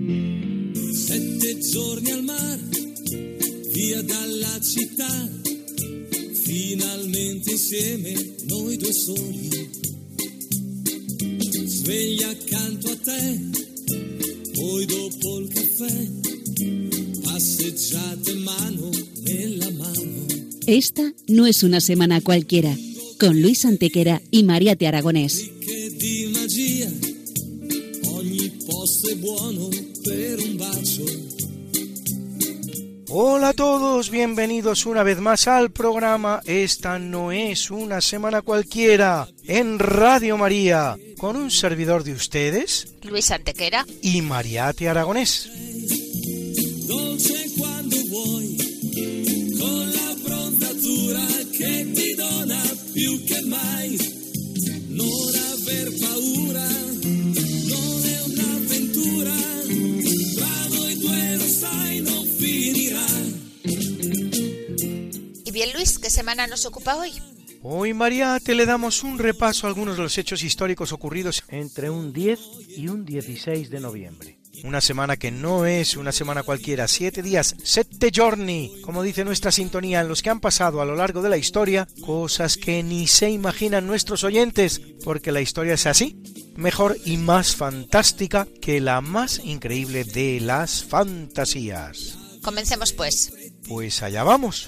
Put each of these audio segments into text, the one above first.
7 giorni al mar, via dalla città, finalmente insieme noi due soli, sveglia accanto a te, poi dopo il caffè, passeggiate mano nella mano. Esta no es una semana cualquiera, con Luis Antequera y Mariate Aragonés. Ricche di magia, ogni posto è buono per un bacio. Hola a todos, bienvenidos una vez más al programa Esta no es una semana cualquiera, en Radio María, con un servidor de ustedes, Luis Antequera y Mariate Aragonés. Dolce quando vuoi, con la prontatura che ti dona più che mai. Non aver paura, non è un'avventura, tra noi due lo sai, non finirà. Y bien, Luis, ¿qué semana nos ocupa hoy? Hoy, Mariate, le damos un repaso a algunos de los hechos históricos ocurridos entre un 10 y un 16 de noviembre. Una semana que no es una semana cualquiera, 7 días, 7 giorni, como dice nuestra sintonía, en los que han pasado a lo largo de la historia cosas que ni se imaginan nuestros oyentes, porque la historia es así, mejor y más fantástica que la más increíble de las fantasías. Comencemos pues. Pues allá vamos.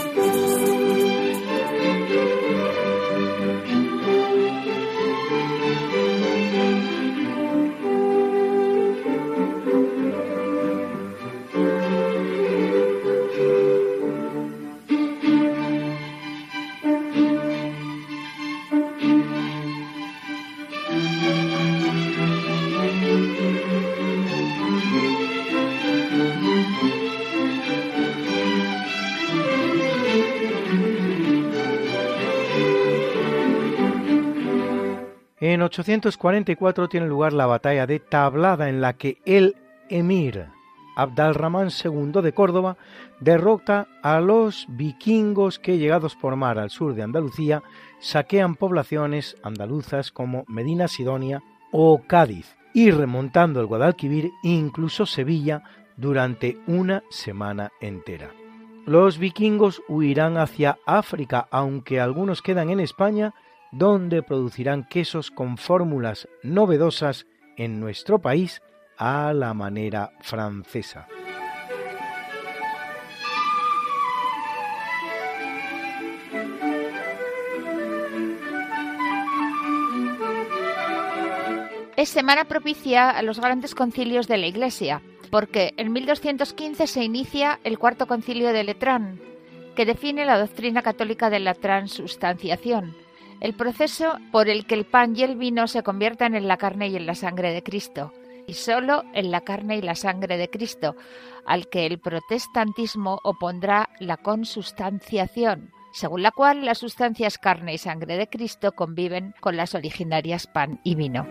En 844 tiene lugar la batalla de Tablada, en la que el emir Abd-al-Rahman II de Córdoba derrota a los vikingos que, llegados por mar al sur de Andalucía, saquean poblaciones andaluzas como Medina Sidonia o Cádiz, y remontando el Guadalquivir, incluso Sevilla, durante una semana entera. Los vikingos huirán hacia África, aunque algunos quedan en España, donde producirán quesos con fórmulas novedosas en nuestro país a la manera francesa. Es semana propicia a los grandes concilios de la Iglesia, porque en 1215 se inicia el Cuarto Concilio de Letrán, que define la doctrina católica de la transubstanciación, el proceso por el que el pan y el vino se conviertan en la carne y en la sangre de Cristo, y solo en la carne y la sangre de Cristo, al que el protestantismo opondrá la consubstanciación, según la cual las sustancias carne y sangre de Cristo conviven con las originarias pan y vino.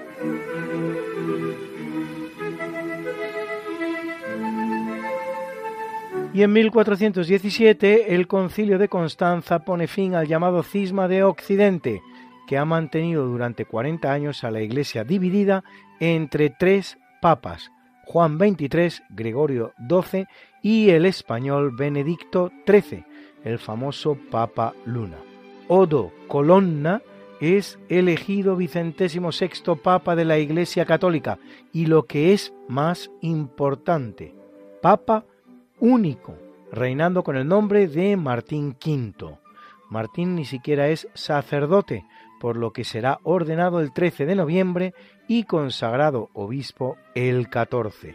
Y en 1417 el Concilio de Constanza pone fin al llamado Cisma de Occidente, que ha mantenido durante 40 años a la Iglesia dividida entre 3 papas, Juan XXIII, Gregorio XII y el español Benedicto XIII, el famoso Papa Luna. Odo Colonna es elegido XVI Papa de la Iglesia Católica y, lo que es más importante, Papa único, reinando con el nombre de Martín V. Martín ni siquiera es sacerdote, por lo que será ordenado el 13 de noviembre y consagrado obispo el 14.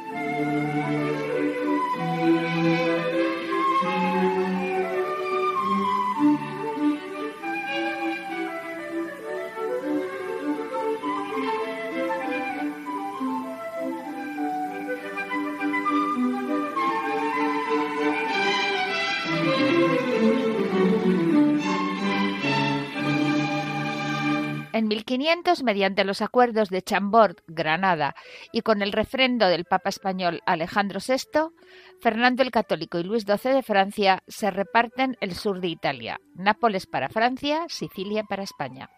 En 1500, mediante los acuerdos de Chambord, Granada, y con el refrendo del Papa español Alejandro VI, Fernando el Católico y Luis XII de Francia se reparten el sur de Italia, Nápoles para Francia, Sicilia para España.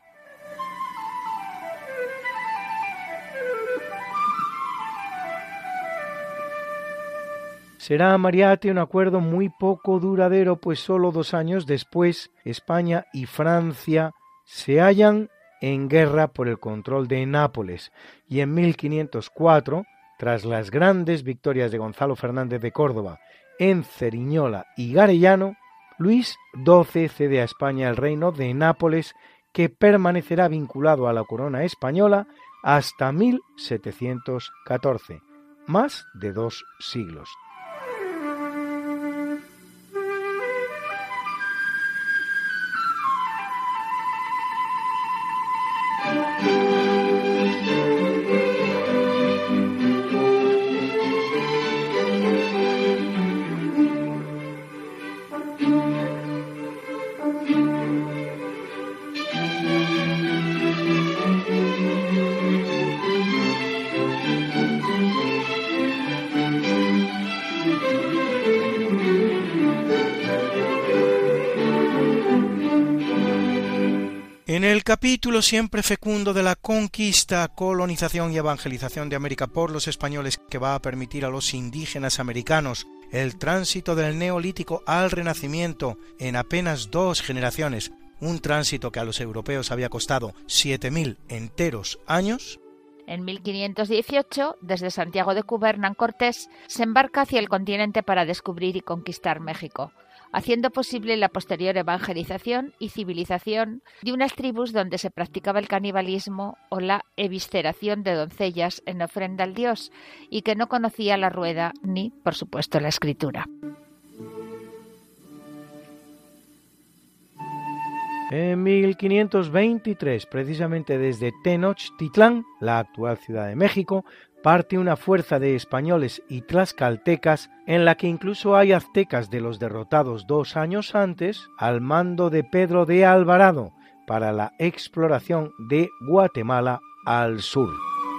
Será, Mariate, un acuerdo muy poco duradero, pues solo 2 años después España y Francia se hallan en guerra por el control de Nápoles, y en 1504, tras las grandes victorias de Gonzalo Fernández de Córdoba en Ceriñola y Garellano, Luis XII cede a España el reino de Nápoles, que permanecerá vinculado a la corona española hasta 1714, más de 2 siglos. En el capítulo siempre fecundo de la conquista, colonización y evangelización de América por los españoles, que va a permitir a los indígenas americanos el tránsito del Neolítico al Renacimiento en apenas 2 generaciones, un tránsito que a los europeos había costado 7.000 enteros años. En 1518, desde Santiago de Cuba, Hernán Cortés se embarca hacia el continente para descubrir y conquistar México, haciendo posible la posterior evangelización y civilización de unas tribus donde se practicaba el canibalismo o la evisceración de doncellas en ofrenda al dios, y que no conocía la rueda ni, por supuesto, la escritura. En 1523, precisamente desde Tenochtitlán, la actual Ciudad de México, parte una fuerza de españoles y tlaxcaltecas, en la que incluso hay aztecas de los derrotados 2 años antes, al mando de Pedro de Alvarado, para la exploración de Guatemala al sur.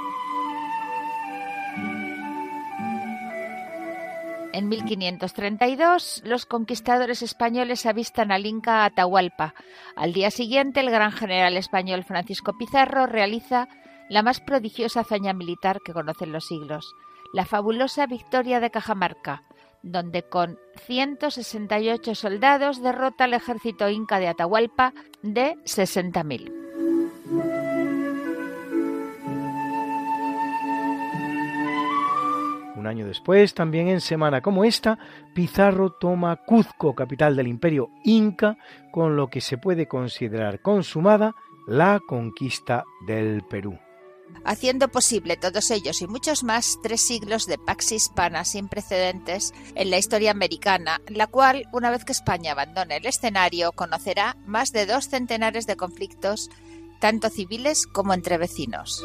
En 1532, los conquistadores españoles avistan al inca Atahualpa. Al día siguiente, el gran general español Francisco Pizarro realiza la más prodigiosa hazaña militar que conocen los siglos, la fabulosa victoria de Cajamarca, donde con 168 soldados derrota al ejército inca de Atahualpa de 60.000. Un año después, también en semana como esta, Pizarro toma Cuzco, capital del imperio inca, con lo que se puede considerar consumada la conquista del Perú. Haciendo posible todos ellos y muchos más 3 siglos de pax hispana sin precedentes en la historia americana, la cual, una vez que España abandone el escenario, conocerá más de 2 centenares de conflictos, tanto civiles como entre vecinos.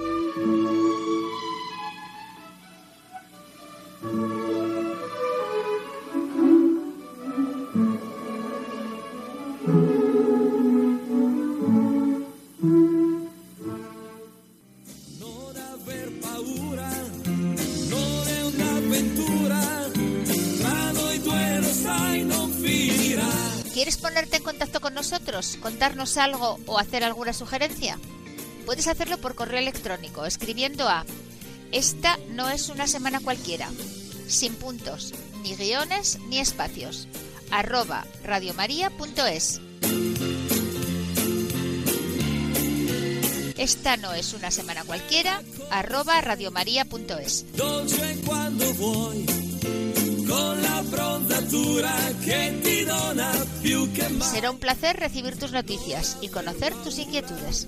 ¿Quieres ponerte en contacto con nosotros, contarnos algo o hacer alguna sugerencia? Puedes hacerlo por correo electrónico escribiendo a Esta no es una semana cualquiera, sin puntos, ni guiones ni espacios, @radiomaria.es. Esta no es una semana cualquiera, @radiomaria.es. Será un placer recibir tus noticias y conocer tus inquietudes.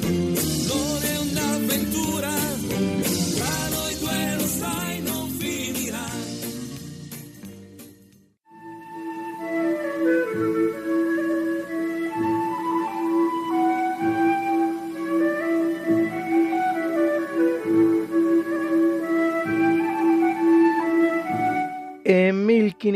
En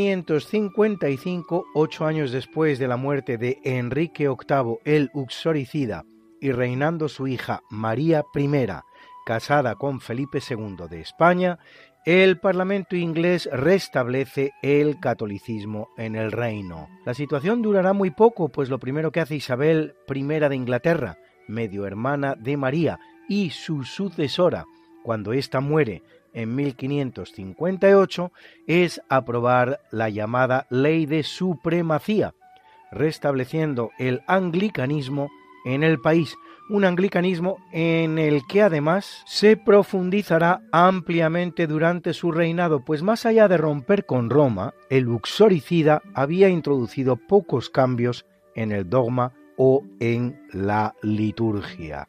1555, 8 años después de la muerte de Enrique VIII el Uxoricida y reinando su hija María I, casada con Felipe II de España, el Parlamento inglés restablece el catolicismo en el reino. La situación durará muy poco, pues lo primero que hace Isabel I de Inglaterra, medio hermana de María y su sucesora, cuando ésta muere en 1558 es aprobar la llamada Ley de Supremacía, restableciendo el anglicanismo en el país, un anglicanismo en el que además se profundizará ampliamente durante su reinado, pues más allá de romper con Roma, el uxoricida había introducido pocos cambios en el dogma o en la liturgia.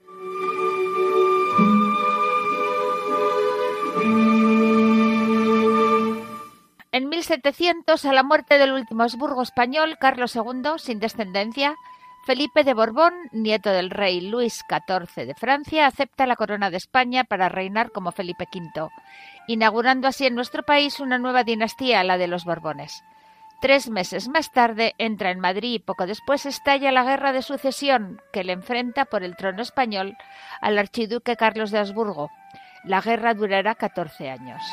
En 1700, a la muerte del último Habsburgo español, Carlos II, sin descendencia, Felipe de Borbón, nieto del rey Luis XIV de Francia, acepta la corona de España para reinar como Felipe V, inaugurando así en nuestro país una nueva dinastía, la de los Borbones. 3 meses más tarde entra en Madrid y poco después estalla la Guerra de Sucesión, que le enfrenta por el trono español al archiduque Carlos de Habsburgo. La guerra durará 14 años.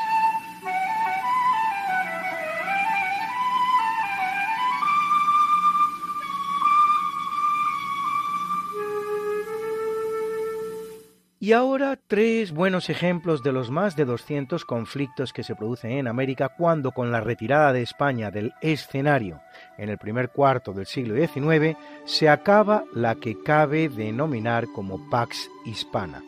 Y ahora 3 buenos ejemplos de los más de 200 conflictos que se producen en América cuando, con la retirada de España del escenario en el primer cuarto del siglo XIX, se acaba la que cabe denominar como Pax Hispana.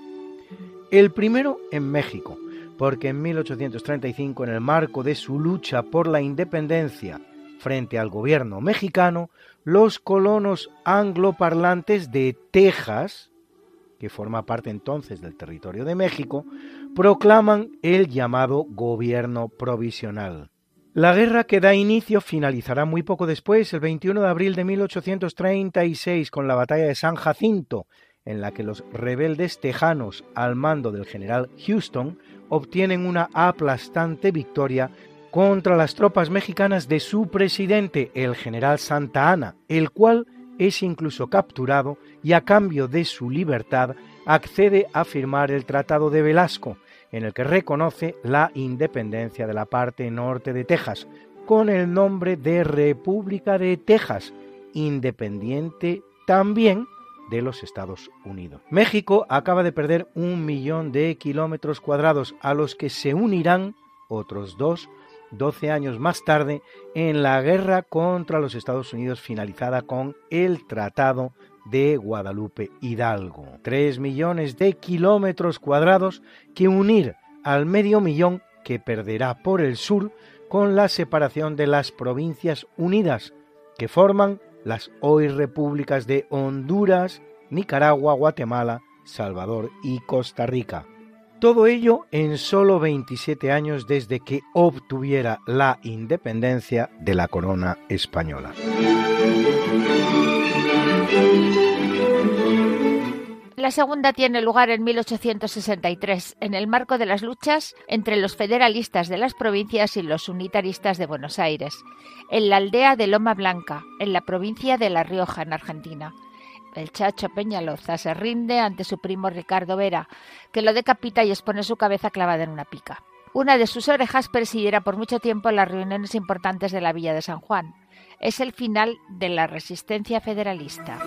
El primero en México, porque en 1835, en el marco de su lucha por la independencia frente al gobierno mexicano, los colonos angloparlantes de Texas, que forma parte entonces del territorio de México, proclaman el llamado gobierno provisional. La guerra que da inicio finalizará muy poco después, el 21 de abril de 1836, con la batalla de San Jacinto, en la que los rebeldes tejanos, al mando del general Houston, obtienen una aplastante victoria contra las tropas mexicanas de su presidente, el general Santa Anna, el cual es incluso capturado y a cambio de su libertad accede a firmar el Tratado de Velasco, en el que reconoce la independencia de la parte norte de Texas, con el nombre de República de Texas, independiente también de los Estados Unidos. México acaba de perder 1 millón de kilómetros cuadrados, a los que se unirán otros 12 años más tarde, en la guerra contra los Estados Unidos, finalizada con el Tratado de Guadalupe Hidalgo. 3 millones de kilómetros cuadrados que unir al medio millón que perderá por el sur con la separación de las Provincias Unidas, que forman las hoy repúblicas de Honduras, Nicaragua, Guatemala, Salvador y Costa Rica. Todo ello en solo 27 años desde que obtuviera la independencia de la corona española. La segunda tiene lugar en 1863, en el marco de las luchas entre los federalistas de las provincias y los unitaristas de Buenos Aires, en la aldea de Loma Blanca, en la provincia de La Rioja, en Argentina. El Chacho Peñaloza se rinde ante su primo Ricardo Vera, que lo decapita y expone su cabeza clavada en una pica. Una de sus orejas presidirá por mucho tiempo las reuniones importantes de la Villa de San Juan. Es el final de la resistencia federalista.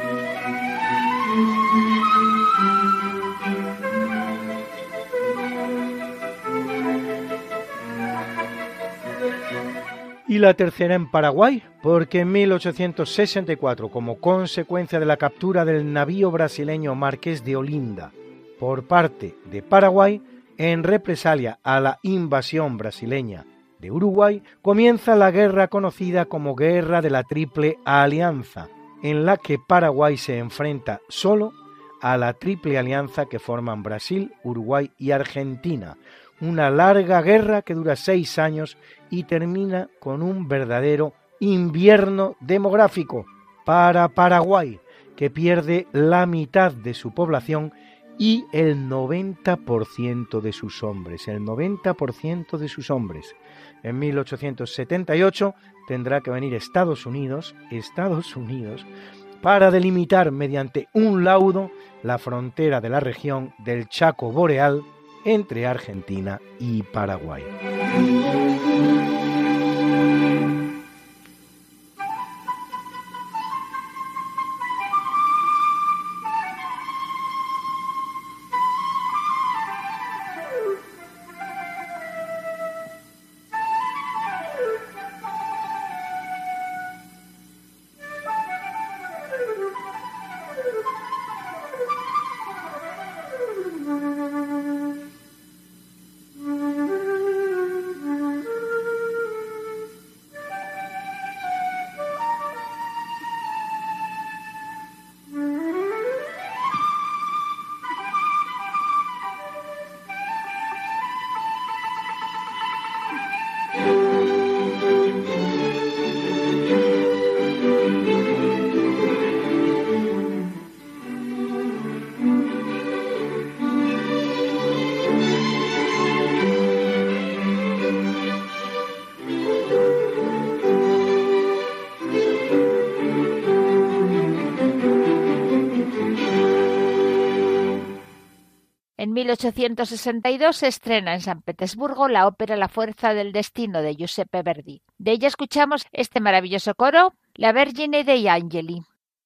Y la tercera en Paraguay, porque en 1864, como consecuencia de la captura del navío brasileño Marqués de Olinda por parte de Paraguay, en represalia a la invasión brasileña de Uruguay, comienza la guerra conocida como Guerra de la Triple Alianza, en la que Paraguay se enfrenta solo a la Triple Alianza que forman Brasil, Uruguay y Argentina. Una larga guerra que dura 6 años y termina con un verdadero invierno demográfico para Paraguay, que pierde la mitad de su población y el 90% de sus hombres. El 90% de sus hombres. En 1878 tendrá que venir Estados Unidos, para delimitar mediante un laudo la frontera de la región del Chaco Boreal entre Argentina y Paraguay. En 1862 se estrena en San Petersburgo la ópera La fuerza del destino de Giuseppe Verdi. De ella escuchamos este maravilloso coro, La Vergine degli Angeli.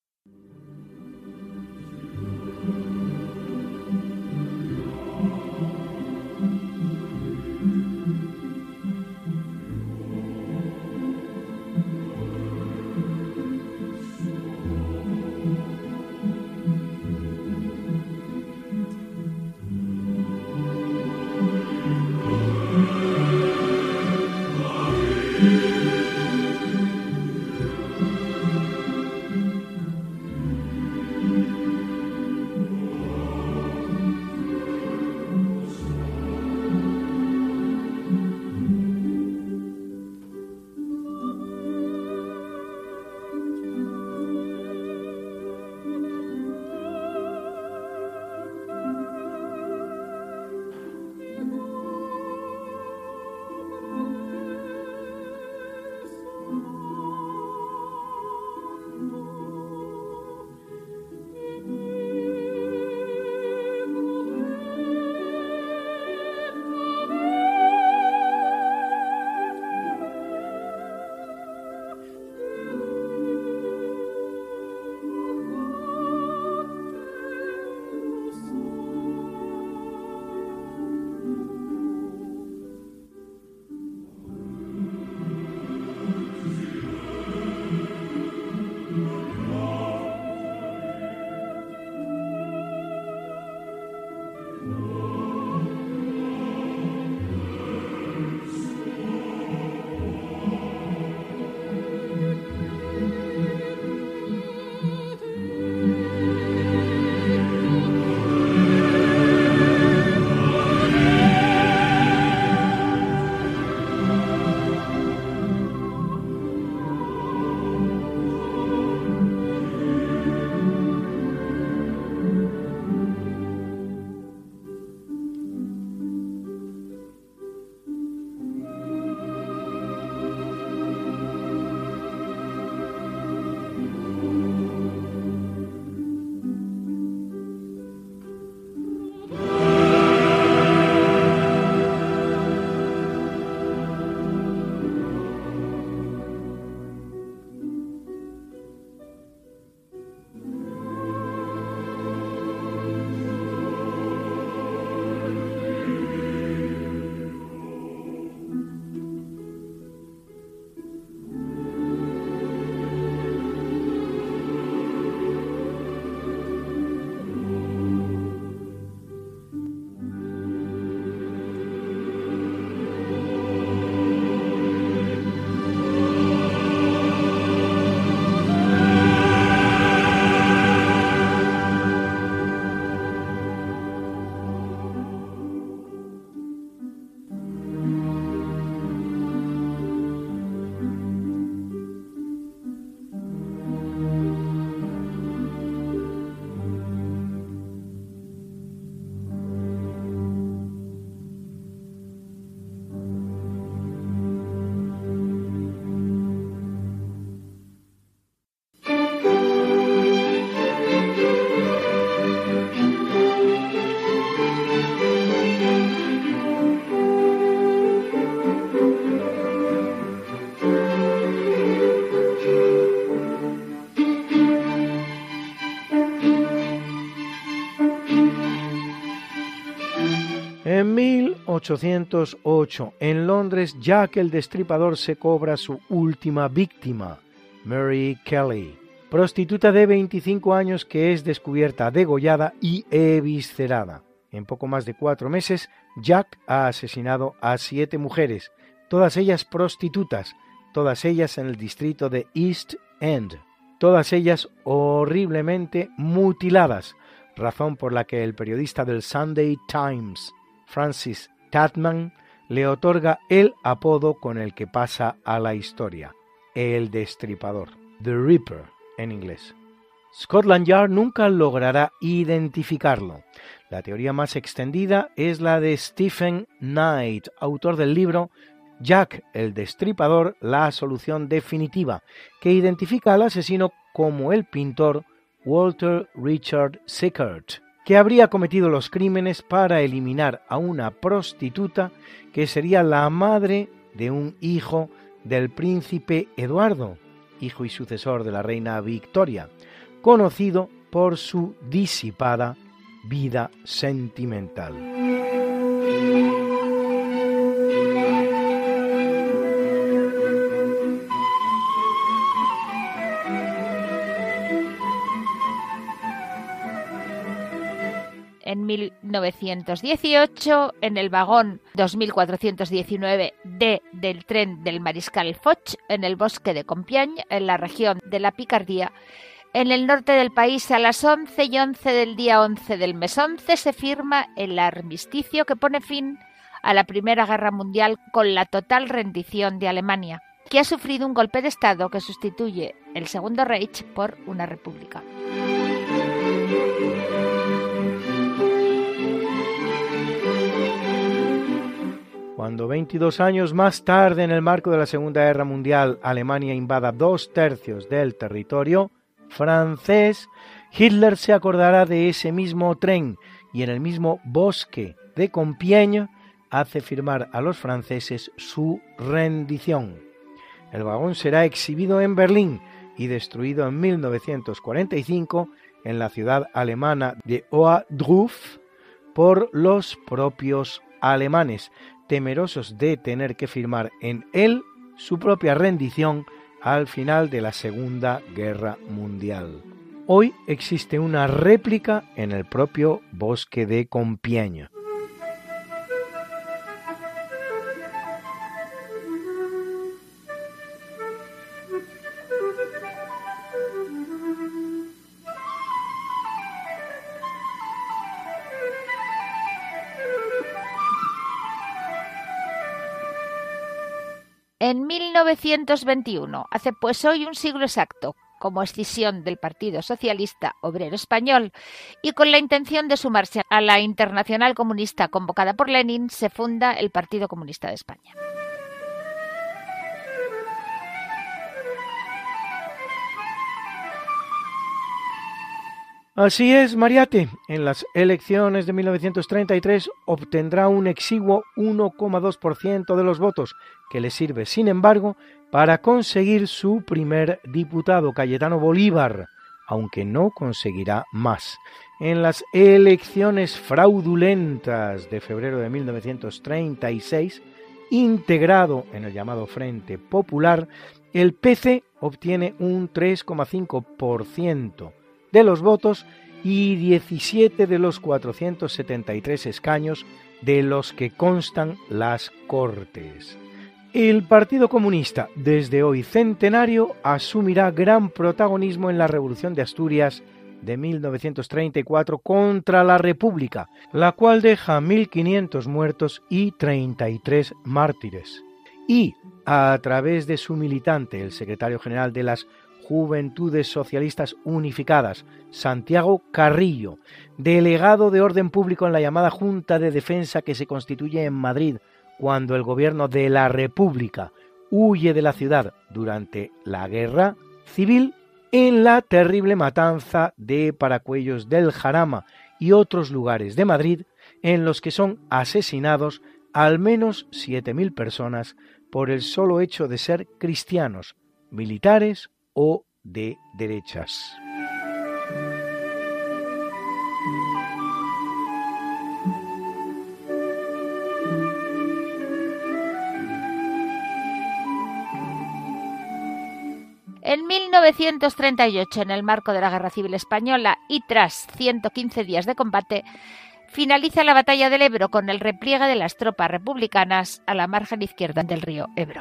En 1808, en Londres, Jack el Destripador se cobra su última víctima, Mary Kelly, prostituta de 25 años que es descubierta degollada y eviscerada. En poco más de 4 meses, Jack ha asesinado a 7 mujeres, todas ellas prostitutas, todas ellas en el distrito de East End, todas ellas horriblemente mutiladas, razón por la que el periodista del Sunday Times, Francis Tatman, le otorga el apodo con el que pasa a la historia, el Destripador, The Ripper en inglés. Scotland Yard nunca logrará identificarlo. La teoría más extendida es la de Stephen Knight, autor del libro Jack el Destripador, la solución definitiva, que identifica al asesino como el pintor Walter Richard Sickert, que habría cometido los crímenes para eliminar a una prostituta que sería la madre de un hijo del príncipe Eduardo, hijo y sucesor de la reina Victoria, conocido por su disipada vida sentimental. En 1918, en el vagón 2419D del tren del Mariscal Foch, en el bosque de Compiègne, en la región de la Picardía, en el norte del país, a las 11:11 del día 11 del mes 11, se firma el armisticio que pone fin a la Primera Guerra Mundial con la total rendición de Alemania, que ha sufrido un golpe de Estado que sustituye el Segundo Reich por una república. Cuando 22 años más tarde, en el marco de la Segunda Guerra Mundial, Alemania invada 2/3 del territorio francés, Hitler se acordará de ese mismo tren y en el mismo bosque de Compiègne hace firmar a los franceses su rendición. El vagón será exhibido en Berlín y destruido en 1945 en la ciudad alemana de Ohrdruf por los propios alemanes, temerosos de tener que firmar en él su propia rendición al final de la Segunda Guerra Mundial. Hoy existe una réplica en el propio bosque de Compiègne. En 1921, hace pues hoy un siglo exacto, como escisión del Partido Socialista Obrero Español y con la intención de sumarse a la Internacional Comunista convocada por Lenin, se funda el Partido Comunista de España. Así es, Mariate. En las elecciones de 1933 obtendrá un exiguo 1,2% de los votos, que le sirve, sin embargo, para conseguir su primer diputado, Cayetano Bolívar, aunque no conseguirá más. En las elecciones fraudulentas de febrero de 1936, integrado en el llamado Frente Popular, el PC obtiene un 3,5% de los votos y 17 de los 473 escaños de los que constan las Cortes. El Partido Comunista, desde hoy centenario, asumirá gran protagonismo en la Revolución de Asturias de 1934 contra la República, la cual deja 1.500 muertos y 33 mártires. Y, a través de su militante, el secretario general de las Juventudes Socialistas Unificadas, Santiago Carrillo, delegado de orden público en la llamada Junta de Defensa que se constituye en Madrid cuando el gobierno de la República huye de la ciudad durante la Guerra Civil, en la terrible matanza de Paracuellos del Jarama y otros lugares de Madrid en los que son asesinados al menos 7.000 personas por el solo hecho de ser cristianos, militares o de derechas. En 1938, en el marco de la Guerra Civil Española y tras 115 días de combate, finaliza la batalla del Ebro con el repliegue de las tropas republicanas a la margen izquierda del río Ebro.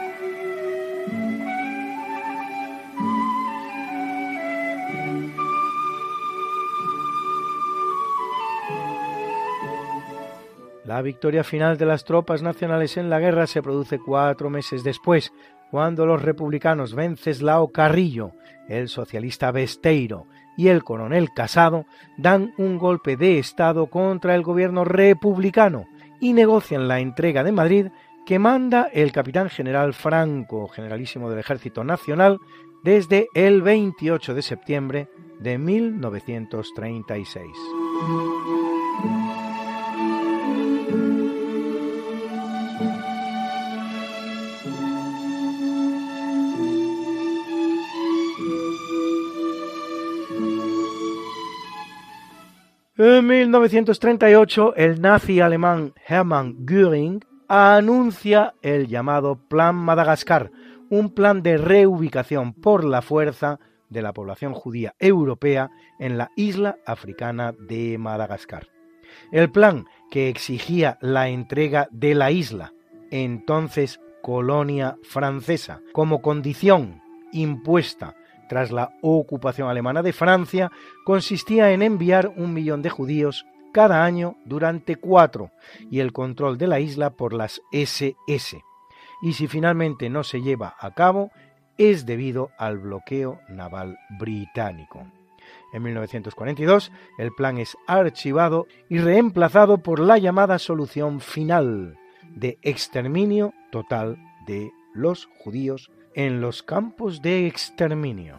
La victoria final de las tropas nacionales en la guerra se produce 4 meses después, cuando los republicanos Venceslao Carrillo, el socialista Besteiro y el coronel Casado dan un golpe de Estado contra el gobierno republicano y negocian la entrega de Madrid que manda el capitán general Franco, generalísimo del Ejército Nacional, desde el 28 de septiembre de 1936. En 1938, el nazi alemán Hermann Göring anuncia el llamado Plan Madagascar, un plan de reubicación por la fuerza de la población judía europea en la isla africana de Madagascar. El plan, que exigía la entrega de la isla, entonces colonia francesa, como condición impuesta tras la ocupación alemana de Francia, consistía en enviar 1 millón de judíos cada año durante 4 y el control de la isla por las SS. Y si finalmente no se lleva a cabo, es debido al bloqueo naval británico. En 1942, el plan es archivado y reemplazado por la llamada solución final de exterminio total de los judíos en los campos de exterminio.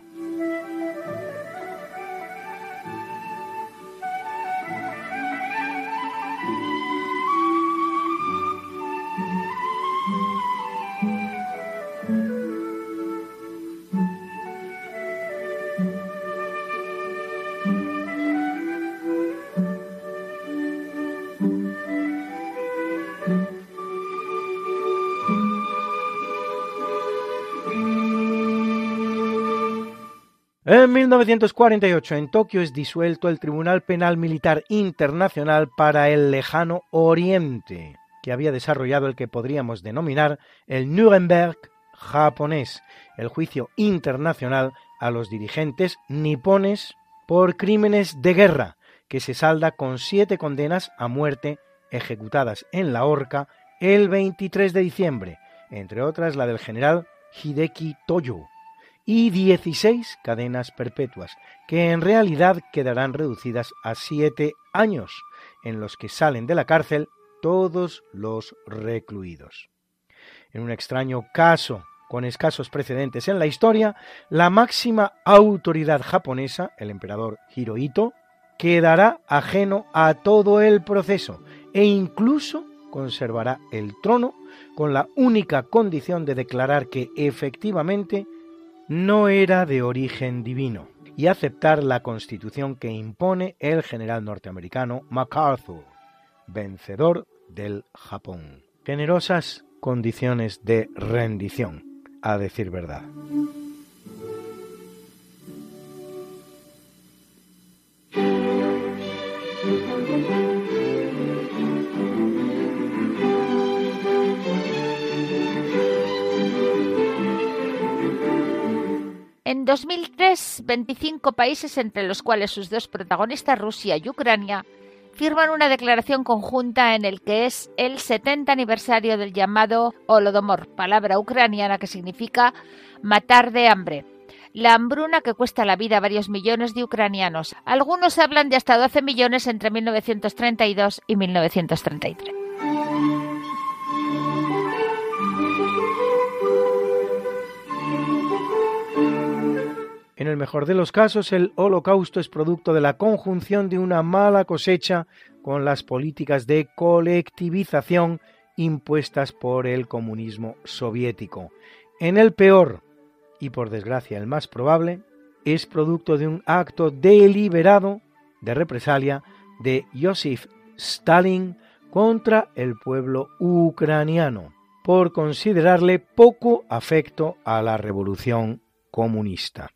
En 1948, en Tokio, es disuelto el Tribunal Penal Militar Internacional para el Lejano Oriente, que había desarrollado el que podríamos denominar el Nuremberg japonés, el juicio internacional a los dirigentes nipones por crímenes de guerra, que se salda con 7 condenas a muerte ejecutadas en la horca el 23 de diciembre, entre otras la del general Hideki Toyo, y 16 cadenas perpetuas, que en realidad quedarán reducidas a 7 años, en los que salen de la cárcel todos los recluidos. En un extraño caso, con escasos precedentes en la historia, la máxima autoridad japonesa, el emperador Hirohito, quedará ajeno a todo el proceso e incluso conservará el trono con la única condición de declarar que efectivamente no era de origen divino y aceptar la constitución que impone el general norteamericano MacArthur, vencedor del Japón. Generosas condiciones de rendición, a decir verdad. En 2003, 25 países, entre los cuales sus 2 protagonistas, Rusia y Ucrania, firman una declaración conjunta en el que es el 70 aniversario del llamado Holodomor, palabra ucraniana que significa matar de hambre. La hambruna que cuesta la vida a varios millones de ucranianos. Algunos hablan de hasta 12 millones entre 1932 y 1933. En el mejor de los casos, el Holocausto es producto de la conjunción de una mala cosecha con las políticas de colectivización impuestas por el comunismo soviético. En el peor, y por desgracia el más probable, es producto de un acto deliberado de represalia de Joseph Stalin contra el pueblo ucraniano, por considerarle poco afecto a la revolución comunista.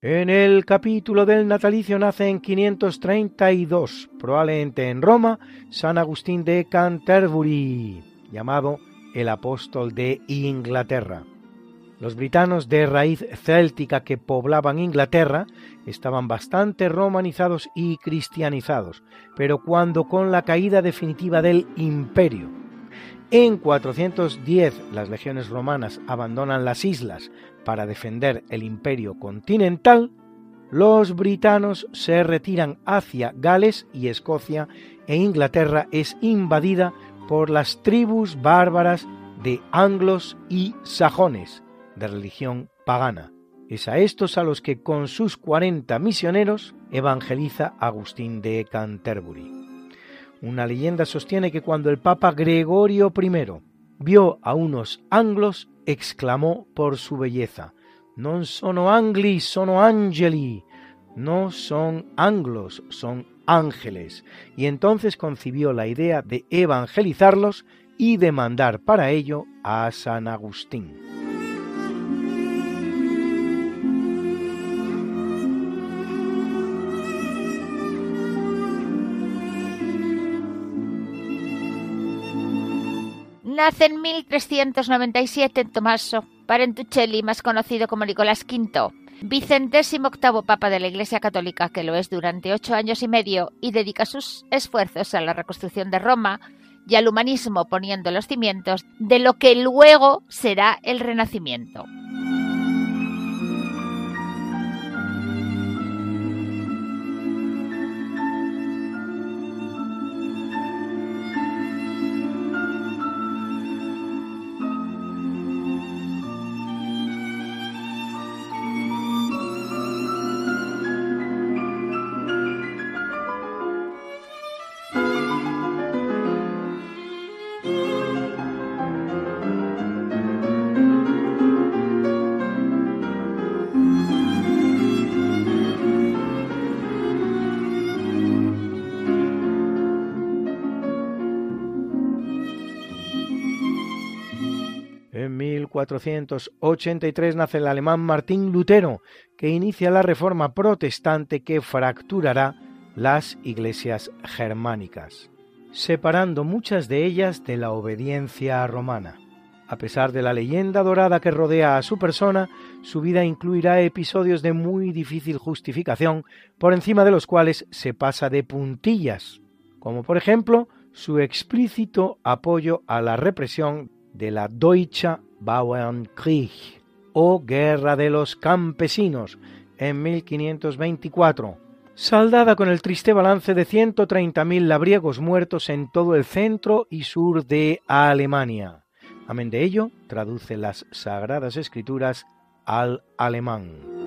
En el capítulo del natalicio nace en 532, probablemente en Roma, San Agustín de Canterbury, llamado el apóstol de Inglaterra. Los britanos de raíz céltica que poblaban Inglaterra estaban bastante romanizados y cristianizados, pero cuando con la caída definitiva del imperio, en 410 las legiones romanas abandonan las islas para defender el imperio continental, los britanos se retiran hacia Gales y Escocia e Inglaterra es invadida por las tribus bárbaras de anglos y sajones, de religión pagana. Es a estos a los que con sus 40 misioneros evangeliza Agustín de Canterbury. Una leyenda sostiene que cuando el Papa Gregorio I vio a unos anglos, exclamó por su belleza: «Non sono angli, sono angeli», no son anglos, son ángeles, y entonces concibió la idea de evangelizarlos y de mandar para ello a San Agustín. Nace en 1397 Tommaso Parentuccelli, más conocido como Nicolás V, 28º Papa de la Iglesia Católica, que lo es durante 8 años y medio, y dedica sus esfuerzos a la reconstrucción de Roma y al humanismo, poniendo los cimientos de lo que luego será el Renacimiento. En 1483 nace el alemán Martín Lutero, que inicia la reforma protestante que fracturará las iglesias germánicas, separando muchas de ellas de la obediencia romana. A pesar de la leyenda dorada que rodea a su persona, su vida incluirá episodios de muy difícil justificación, por encima de los cuales se pasa de puntillas, como por ejemplo su explícito apoyo a la represión de la Deutscher Bauernkrieg o Guerra de los Campesinos en 1524, saldada con el triste balance de 130.000 labriegos muertos en todo el centro y sur de Alemania. Amén de ello, traduce las Sagradas Escrituras al alemán.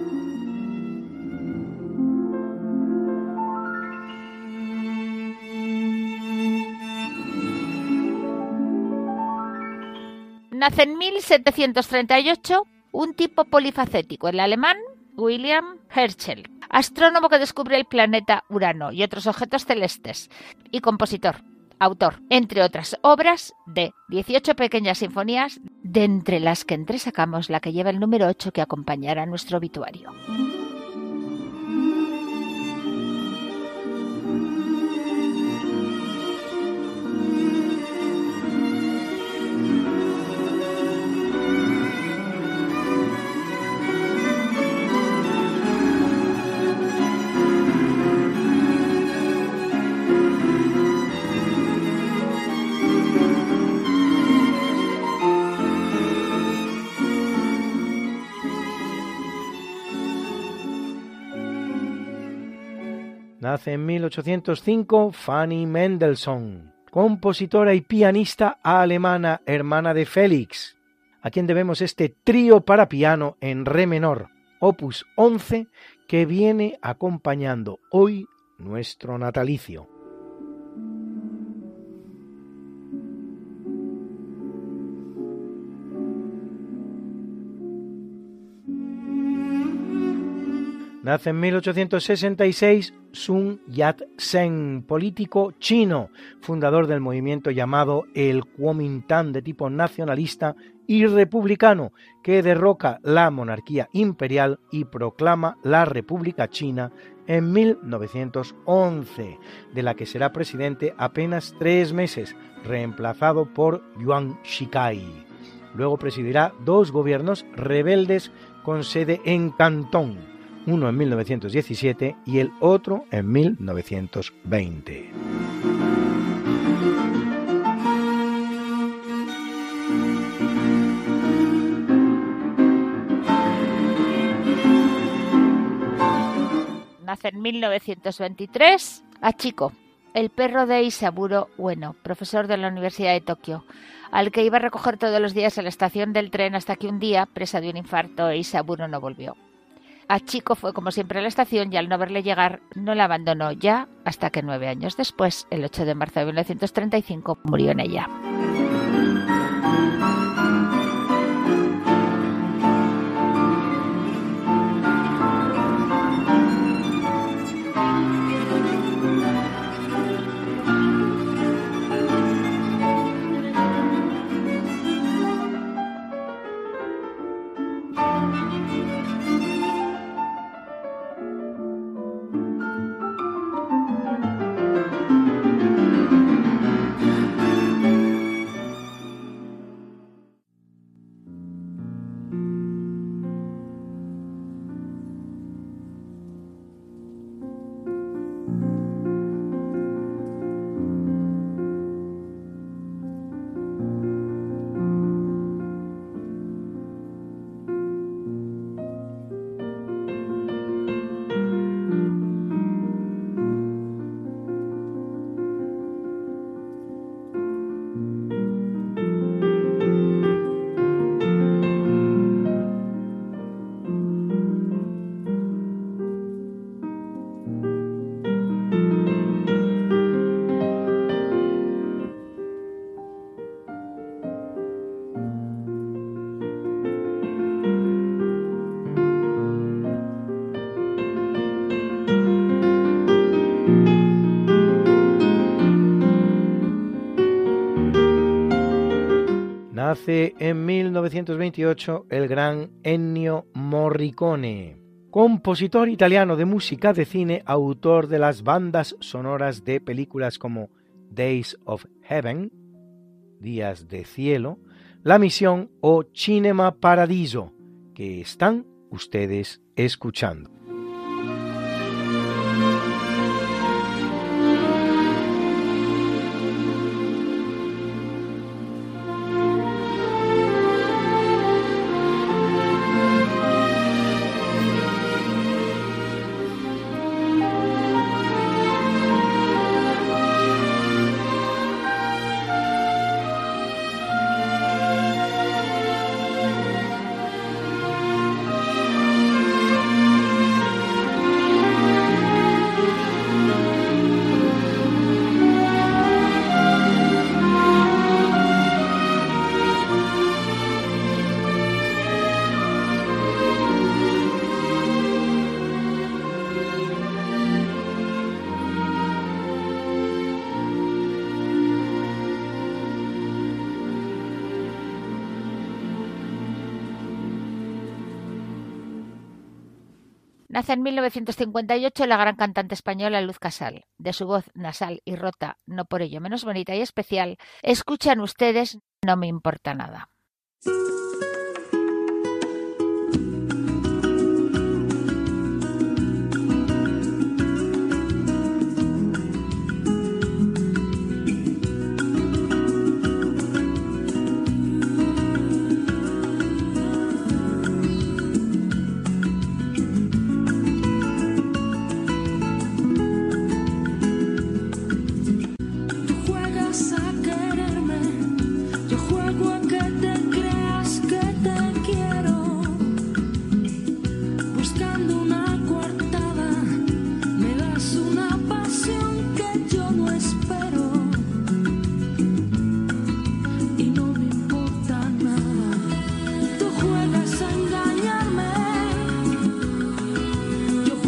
Nace en 1738 un tipo polifacético, el alemán William Herschel, astrónomo que descubre el planeta Urano y otros objetos celestes, y compositor, autor, entre otras obras, de 18 pequeñas sinfonías, de entre las que entresacamos la que lleva el número 8 que acompañará nuestro obituario. Nace en 1805 Fanny Mendelssohn, compositora y pianista alemana, hermana de Félix, a quien debemos este trío para piano en re menor, opus 11, que viene acompañando hoy nuestro natalicio. Nace en 1866 Sun Yat-sen, político chino, fundador del movimiento llamado el Kuomintang de tipo nacionalista y republicano, que derroca la monarquía imperial y proclama la República China en 1911, de la que será presidente apenas 3 meses, reemplazado por Yuan Shikai. Luego presidirá 2 gobiernos rebeldes con sede en Cantón, uno en 1917 y el otro en 1920. Nace en 1923 Hachiko, el perro de Isaburo Ueno, profesor de la Universidad de Tokio, al que iba a recoger todos los días a la estación del tren hasta que un día, presa de un infarto, Isaburo no volvió. Hachiko fue como siempre a la estación y al no verle llegar no la abandonó ya hasta que 9 años después, el 8 de marzo de 1935, murió en ella. Nace en 1928 el gran Ennio Morricone, compositor italiano de música de cine, autor de las bandas sonoras de películas como Days of Heaven, Días de Cielo, La Misión o Cinema Paradiso, que están ustedes escuchando. Nace en 1958 la gran cantante española Luz Casal. De su voz nasal y rota, no por ello menos bonita y especial, escuchan ustedes No me importa nada. Yo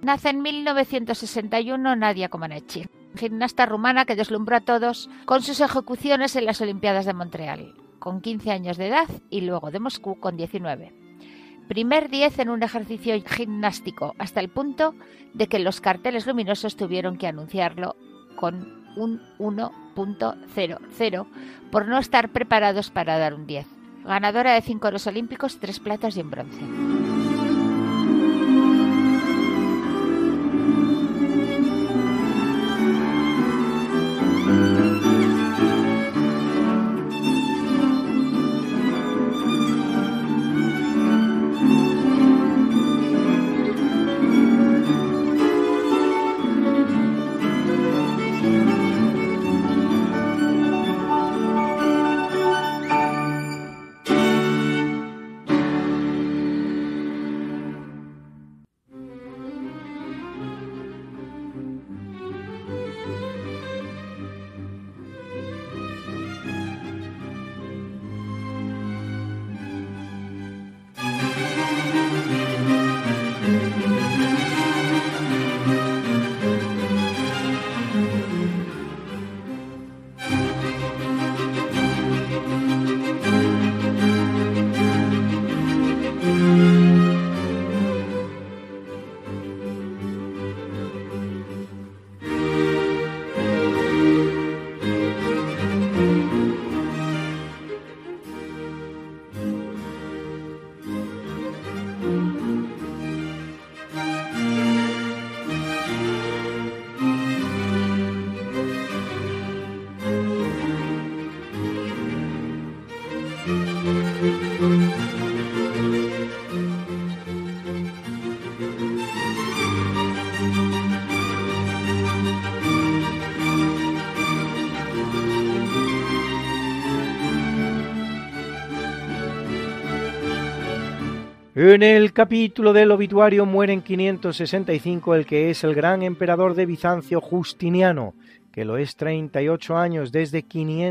Nace en 1961 Nadia Comaneci, gimnasta rumana que deslumbró a todos con sus ejecuciones en las Olimpiadas de Montreal, con 15 años de edad, y luego de Moscú con 19. Primer 10 en un ejercicio gimnástico, hasta el punto de que los carteles luminosos tuvieron que anunciarlo con un 1.00 por no estar preparados para dar un 10. Ganadora de 5 oros olímpicos, 3 platas y un bronce. En el capítulo del obituario muere en 565 el que es el gran emperador de Bizancio, Justiniano, que lo es 38 años desde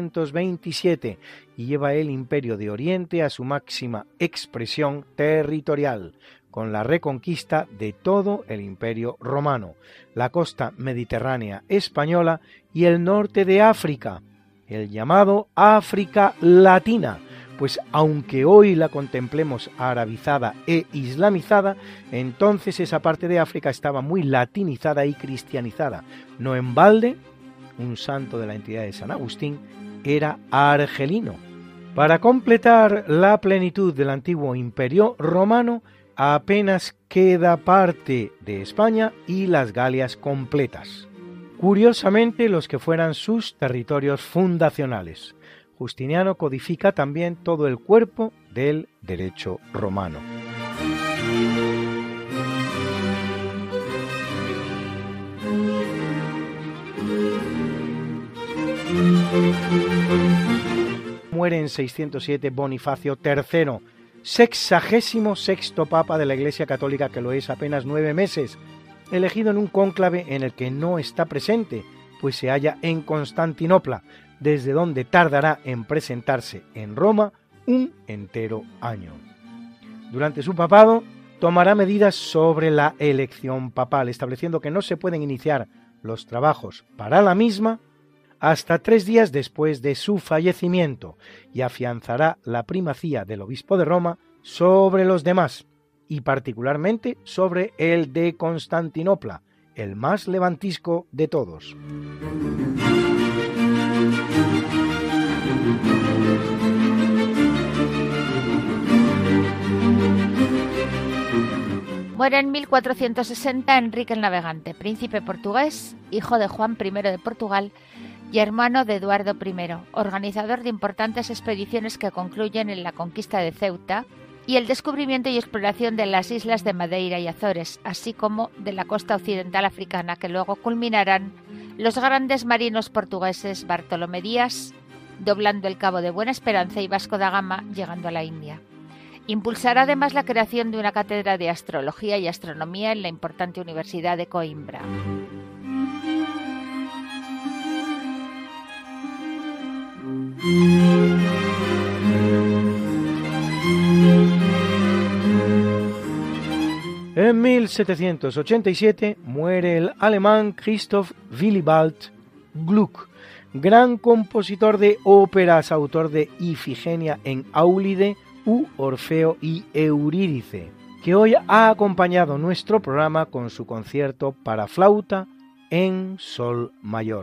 527 y lleva el imperio de Oriente a su máxima expresión territorial, con la reconquista de todo el imperio romano, la costa mediterránea española y el norte de África, el llamado África Latina, pues aunque hoy la contemplemos arabizada e islamizada, entonces esa parte de África estaba muy latinizada y cristianizada. No en balde, un santo de la entidad de San Agustín era argelino. Para completar la plenitud del antiguo imperio romano, apenas queda parte de España y las Galias completas. Curiosamente, los que fueran sus territorios fundacionales. Justiniano codifica también todo el cuerpo del derecho romano. Muere en 607 Bonifacio III, 66º papa de la Iglesia Católica, que lo es apenas 9 meses, elegido en un cónclave en el que no está presente, pues se halla en Constantinopla, desde donde tardará en presentarse en Roma un entero año. Durante su papado tomará medidas sobre la elección papal, estableciendo que no se pueden iniciar los trabajos para la misma hasta 3 días después de su fallecimiento, y afianzará la primacía del obispo de Roma sobre los demás, y particularmente sobre el de Constantinopla, el más levantisco de todos. Muere en 1460 Enrique el Navegante, príncipe portugués, hijo de Juan I de Portugal y hermano de Eduardo I, organizador de importantes expediciones que concluyen en la conquista de Ceuta y el descubrimiento y exploración de las islas de Madeira y Azores, así como de la costa occidental africana, que luego culminarán los grandes marinos portugueses Bartolomé Díaz, doblando el Cabo de Buena Esperanza, y Vasco da Gama, llegando a la India. Impulsará además la creación de una cátedra de astrología y astronomía en la importante Universidad de Coimbra. En 1787 muere el alemán Christoph Willibald Gluck, gran compositor de óperas, autor de Ifigenia en Áulide u Orfeo y Eurídice, que hoy ha acompañado nuestro programa con su concierto para flauta en sol mayor.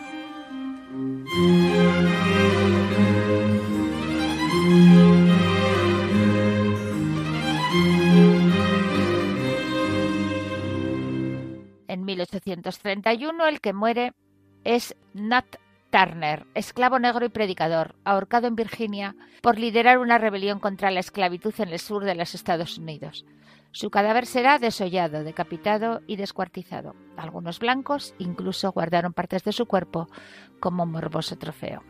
En 1831 el que muere es Nat Turner, esclavo negro y predicador, ahorcado en Virginia por liderar una rebelión contra la esclavitud en el sur de los Estados Unidos. Su cadáver será desollado, decapitado y descuartizado. Algunos blancos incluso guardaron partes de su cuerpo como morboso trofeo.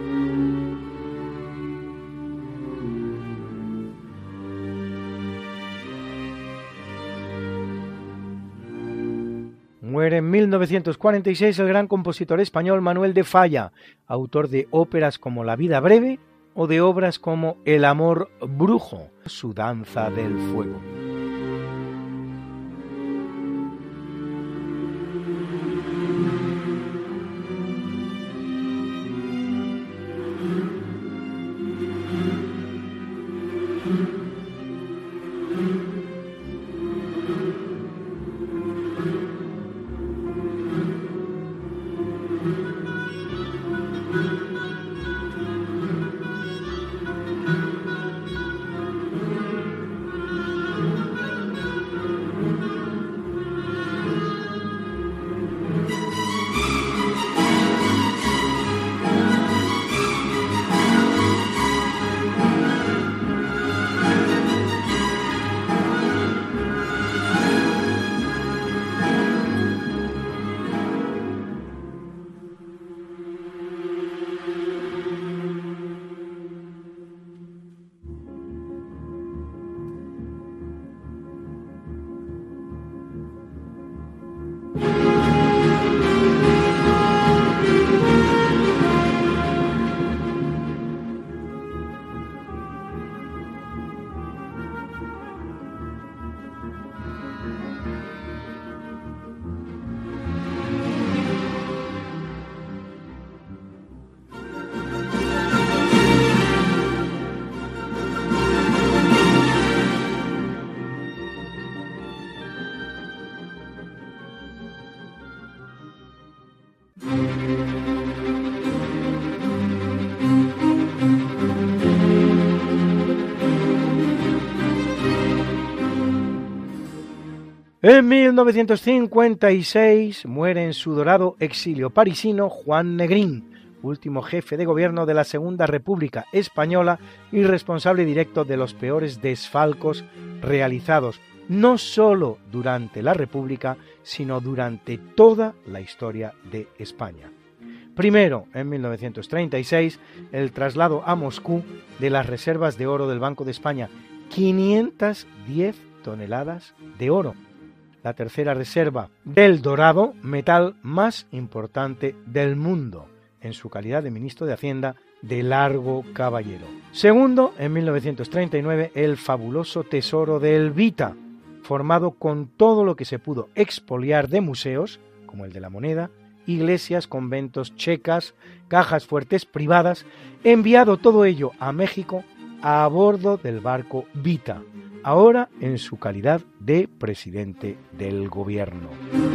Muere en 1946 el gran compositor español Manuel de Falla, autor de óperas como La vida breve o de obras como El amor brujo, su danza del fuego. En 1956 muere en su dorado exilio parisino Juan Negrín, último jefe de gobierno de la Segunda República Española y responsable directo de los peores desfalcos realizados no solo durante la República, sino durante toda la historia de España. Primero, en 1936, el traslado a Moscú de las reservas de oro del Banco de España, 510 toneladas de oro. La tercera reserva del dorado, metal más importante del mundo, en su calidad de ministro de Hacienda de Largo Caballero. Segundo, en 1939, el fabuloso tesoro de Elvita, formado con todo lo que se pudo expoliar de museos, como el de la Moneda, iglesias, conventos checas, cajas fuertes privadas, enviado todo ello a México a bordo del barco Vita, ahora en su calidad de presidente del gobierno.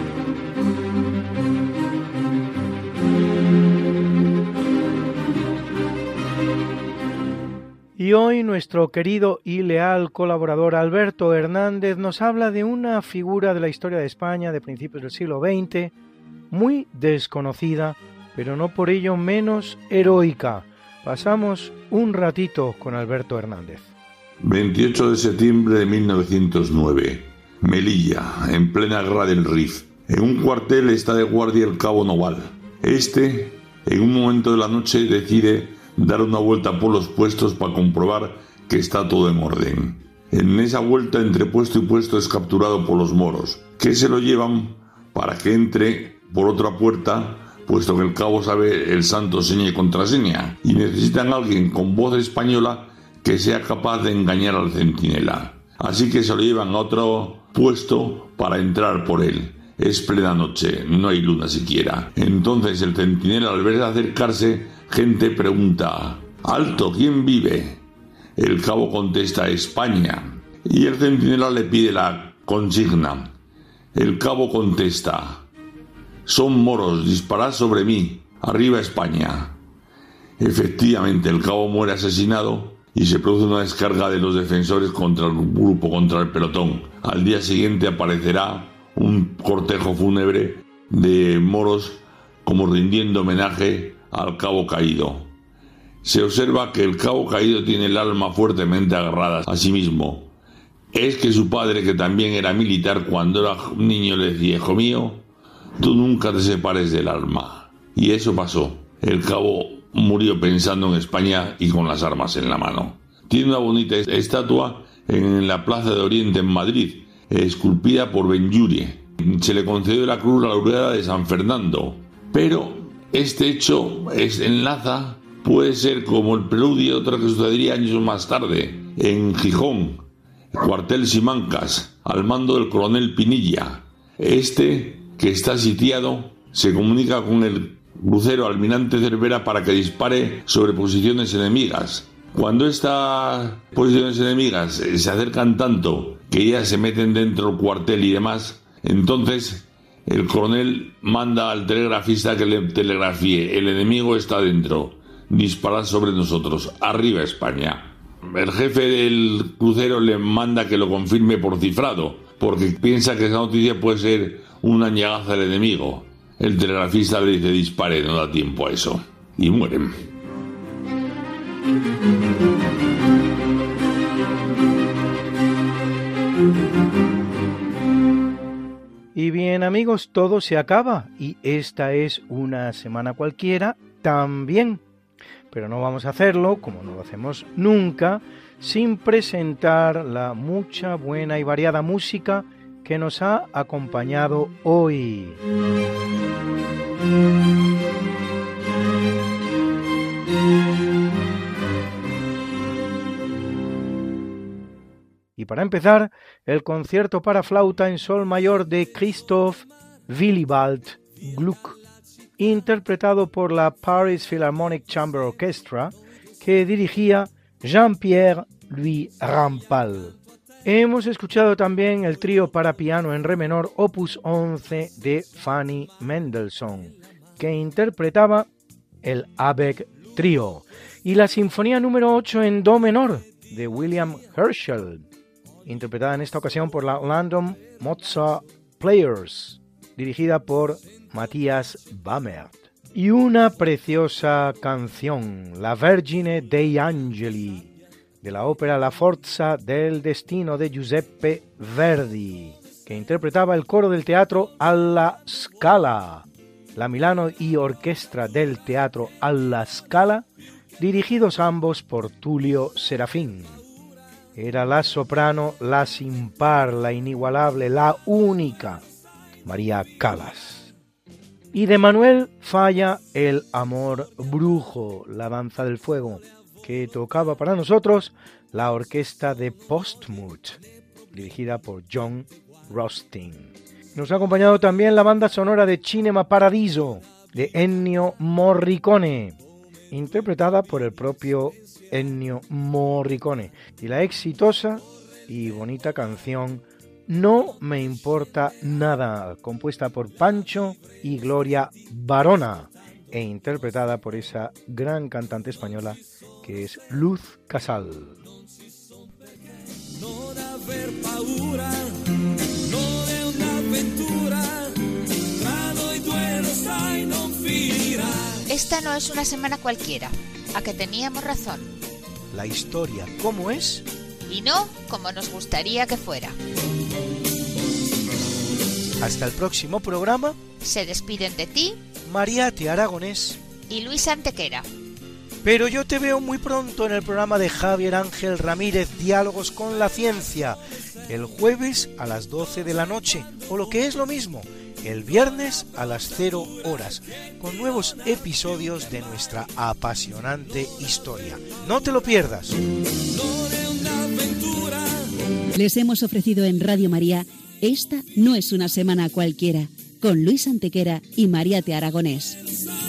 Y hoy nuestro querido y leal colaborador Alberto Hernández nos habla de una figura de la historia de España de principios del siglo XX, muy desconocida, pero no por ello menos heroica. Pasamos un ratito con Alberto Hernández. 28 de septiembre de 1909, Melilla, en plena guerra del Rif. En un cuartel está de guardia el cabo Noval. Este, en un momento de la noche, decide dar una vuelta por los puestos para comprobar que está todo en orden. En esa vuelta entre puesto y puesto es capturado por los moros, que se lo llevan para que entre por otra puerta, puesto que el cabo sabe el santo seña y contraseña, y necesitan a alguien con voz española que sea capaz de engañar al centinela. así que se lo llevan a otro puesto para entrar por él. Es plena noche, no hay luna siquiera. Entonces el centinela, al verse acercarse, gente pregunta: «¡Alto! ¿Quién vive?». El cabo contesta: «España». Y el centinela le pide la consigna. El cabo contesta: «Son moros, disparad sobre mí. Arriba España». Efectivamente, el cabo muere asesinado y se produce una descarga de los defensores contra el grupo, contra el pelotón. Al día siguiente aparecerá un cortejo fúnebre de moros como rindiendo homenaje al cabo caído. Se observa que el cabo caído tiene el alma fuertemente agarrada a sí mismo. Es que su padre, que también era militar, cuando era un niño le decía: «Hijo mío, tú nunca te separes del alma». Y eso pasó. El cabo murió pensando en España y con las armas en la mano. Tiene una bonita estatua en la Plaza de Oriente en Madrid, esculpida por Benlliure. Se le concedió la Cruz Laureada de San Fernando, pero este hecho enlaza, puede ser como el preludio de otra que sucedería años más tarde, en Gijón, cuartel Simancas, al mando del coronel Pinilla. Este, que está sitiado, se comunica con el crucero Almirante Cervera para que dispare sobre posiciones enemigas. Cuando estas posiciones enemigas se acercan tanto que ya se meten dentro del cuartel y demás, entonces el coronel manda al telegrafista que le telegrafíe: «El enemigo está dentro, disparad sobre nosotros, arriba España». El jefe del crucero le manda que lo confirme por cifrado, porque piensa que esa noticia puede ser una ñagaza del enemigo. El telegrafista le dice: «Dispare, no da tiempo a eso». Y mueren. Y bien, amigos, todo se acaba y esta es una semana cualquiera también. Pero no vamos a hacerlo, como no lo hacemos nunca, sin presentar la mucha, buena y variada música que nos ha acompañado hoy. Y para empezar, el concierto para flauta en sol mayor de Christoph Willibald Gluck, interpretado por la Paris Philharmonic Chamber Orchestra, que dirigía Jean-Pierre Louis Rampal. Hemos escuchado también el trío para piano en re menor opus 11 de Fanny Mendelssohn, que interpretaba el Abegg Trío, y la sinfonía número 8 en do menor de William Herschel, interpretada en esta ocasión por la London Mozart Players, dirigida por Matthias Bammert. Y una preciosa canción, La Vergine dei Angeli, de la ópera La Forza del Destino de Giuseppe Verdi, que interpretaba el coro del teatro Alla Scala, la Milano y orquestra del teatro Alla Scala, dirigidos ambos por Tullio Serafin. Era la soprano, la sin par, la inigualable, la única, María Callas. Y de Manuel Falla, El amor brujo, la danza del fuego, que tocaba para nosotros la orquesta de Portsmouth, dirigida por John Rustin. Nos ha acompañado también la banda sonora de Cinema Paradiso, de Ennio Morricone, interpretada por el propio Ennio Morricone, y la exitosa y bonita canción No me importa nada, compuesta por Pancho y Gloria Barona e interpretada por esa gran cantante española que es Luz Casal. Non aver paura, non è un'avventura, tra noi due lo sai non finirà. Esta no es una semana cualquiera, a que teníamos razón. La historia, ¿cómo es? Y no como nos gustaría que fuera. Hasta el próximo programa. Se despiden de ti, Mariate Aragonés y Luis Antequera. Pero yo te veo muy pronto en el programa de Javier Ángel Ramírez, Diálogos con la Ciencia, el jueves a las 12 de la noche, o lo que es lo mismo, el viernes a las 0 horas, con nuevos episodios de nuestra apasionante historia. No te lo pierdas. Les hemos ofrecido en Radio María Esta no es una semana cualquiera, con Luis Antequera y María Te Aragonés.